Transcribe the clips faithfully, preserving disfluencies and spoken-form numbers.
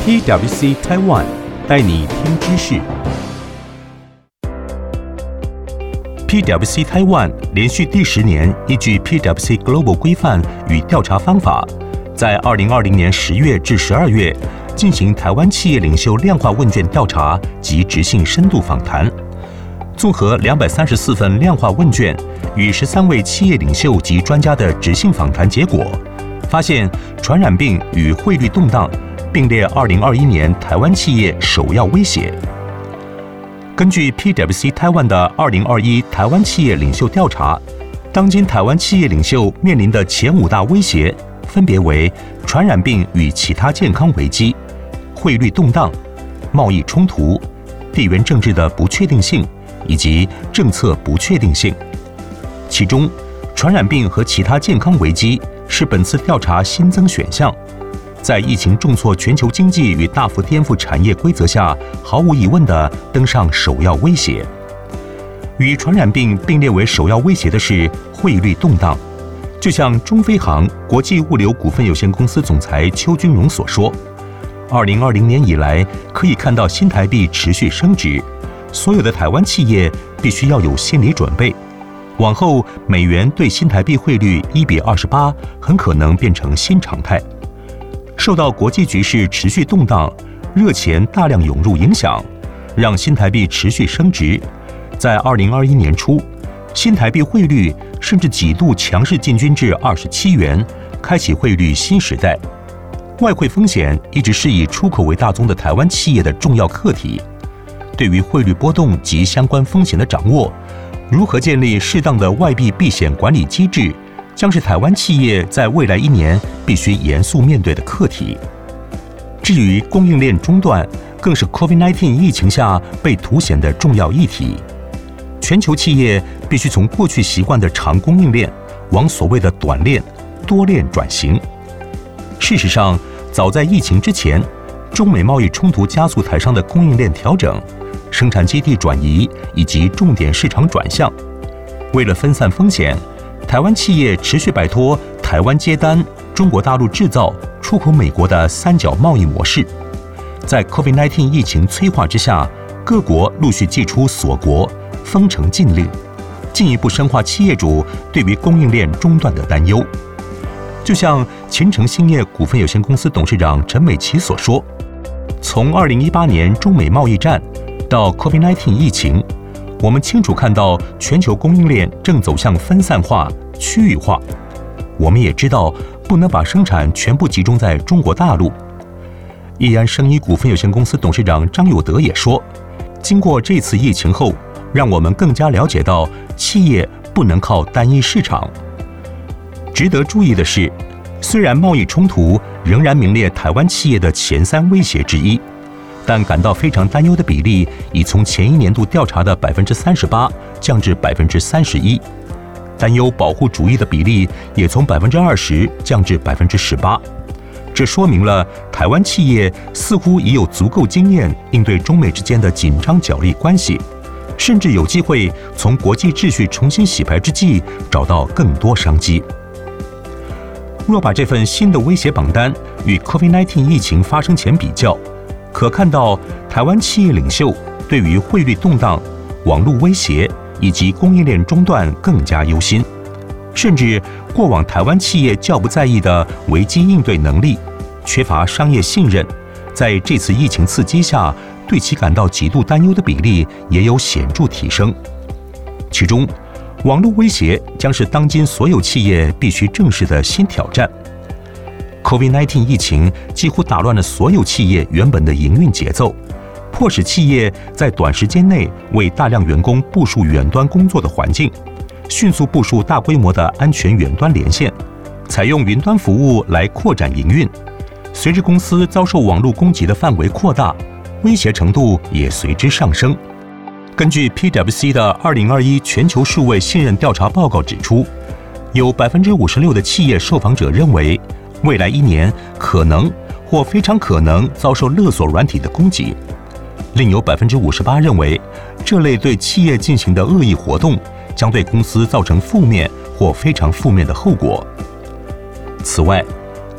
P W C Taiwan 带你听知识。P W C Taiwan 连续第十年依据 P W C Global 规范与调查方法，在二零二零年十月至十二月进行台湾企业领袖量化问卷调查及质性深度访谈。综合两百三十四份量化问卷与十三位企业领袖及专家的质性访谈结果，发现传染病与汇率动荡并列二零二一年台湾企业首要威胁。根据 P W C Taiwan 的二零二一台湾企业领袖调查，当今台湾企业领袖面临的前五大威胁分别为传染病与其他健康危机、汇率动荡、贸易冲突、地缘政治的不确定性以及政策不确定性。其中，传染病和其他健康危机是本次调查新增选项，在疫情重挫全球经济与大幅颠覆产业规则下，毫无疑问地登上首要威胁。与传染病并列为首要威胁的是汇率动荡。就像中飞航国际物流股份有限公司总裁邱君荣所说，二零二零年以来可以看到新台币持续升值，所有的台湾企业必须要有心理准备，往后美元对新台币汇率一比二十八很可能变成新常态。受到国际局势持续动荡、热钱大量涌入影响，让新台币持续升值。在二零二一年初，新台币汇率甚至几度强势进军至二十七元，开启汇率新时代。外汇风险一直是以出口为大宗的台湾企业的重要课题。对于汇率波动及相关风险的掌握，如何建立适当的外币避险管理机制，将是台湾企业在未来一年必须严肃面对的课题。至于供应链中断，更是 COVID 十九 疫情下被凸显的重要议题。全球企业必须从过去习惯的长供应链往所谓的短链、多链转型。事实上，早在疫情之前，中美贸易冲突加速台商的供应链调整、生产基地转移以及重点市场转向。为了分散风险，台湾企业持续摆脱台湾接单、中国大陆制造、出口美国的三角贸易模式。在 COVID 十九 疫情催化之下，各国陆续祭出锁国、封城禁令，进一步深化企业主对于供应链中断的担忧。就像勤诚兴业股份有限公司董事长陈美琪所说，从二零一八年中美贸易战到 COVID 十九 疫情，我们清楚看到全球供应链正走向分散化、区域化。我们也知道不能把生产全部集中在中国大陆。易安生医股份有限公司董事长张友德也说，经过这次疫情后，让我们更加了解到企业不能靠单一市场。值得注意的是，虽然贸易冲突仍然名列台湾企业的前三威胁之一，但感到非常担忧的比例已从前一年度调查的百分之三十八降至百分之三十一，担忧保护主义的比例也从百分之二十降至百分之十八。这说明了台湾企业似乎已有足够经验应对中美之间的紧张角力关系，甚至有机会从国际秩序重新洗牌之际找到更多商机。若把这份新的威胁榜单与 COVID 十九 疫情发生前比较，可看到台湾企业领袖对于汇率动荡、网络威胁以及供应链中断更加忧心，甚至过往台湾企业较不在意的危机应对能力、缺乏商业信任，在这次疫情刺激下，对其感到极度担忧的比例也有显著提升。其中，网络威胁将是当今所有企业必须正视的新挑战。COVID 十九 疫情几乎打乱了所有企业原本的营运节奏，迫使企业在短时间内为大量员工部署远端工作的环境，迅速部署大规模的安全远端连线，采用云端服务来扩展营运。随着公司遭受网络攻击的范围扩大，威胁程度也随之上升。根据 P W C 的二零二一全球数位信任调查报告指出，有百分之五十六的企业受访者认为，未来一年可能或非常可能遭受勒索软体的攻击。另有百分之五十八认为，这类对企业进行的恶意活动将对公司造成负面或非常负面的后果。此外，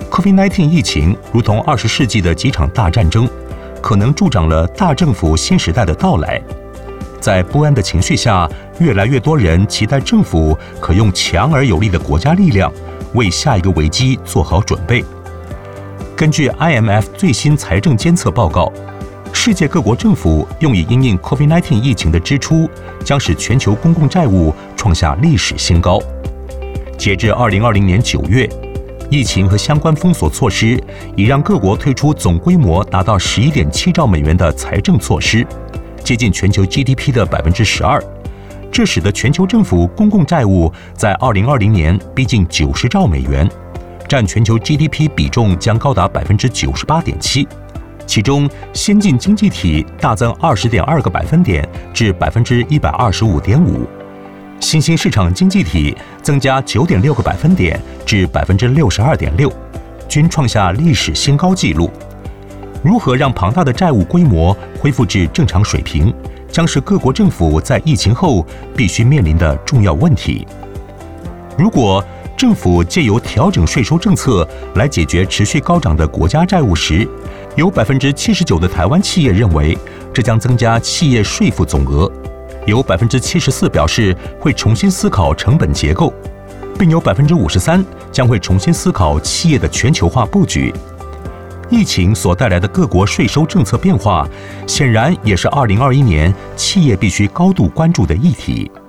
COVID 十九 疫情如同二十世纪的几场大战争，可能助长了大政府新时代的到来。在不安的情绪下，越来越多人期待政府可用强而有力的国家力量，为下一个危机做好准备。根据 I M F 最新财政监测报告，世界各国政府用以因应 COVID 十九 疫情的支出，将使全球公共债务创下历史新高。截至二零二零年九月，疫情和相关封锁措施已让各国推出总规模达到十一点七兆美元的财政措施，接近全球 G D P 的百分之十二。这使得全球政府公共债务在二零二零年逼近九十兆美元，占全球 G D P 比重将高达百分之九十八点七。其中，先进经济体大增二十点二个百分点至百分之一百二十五点五。新兴市场经济体增加九点六个百分点至百分之六十二点六，均创下历史新高纪录。如何让庞大的债务规模恢复至正常水平，将是各国政府在疫情后必须面临的重要问题。如果政府借由调整税收政策来解决持续高涨的国家债务时，有百分之七十九的台湾企业认为这将增加企业税负总额。有百分之七十四表示会重新思考成本结构，并有百分之五十三将会重新思考企业的全球化布局。疫情所带来的各国税收政策变化，显然也是二零二一年企业必须高度关注的议题。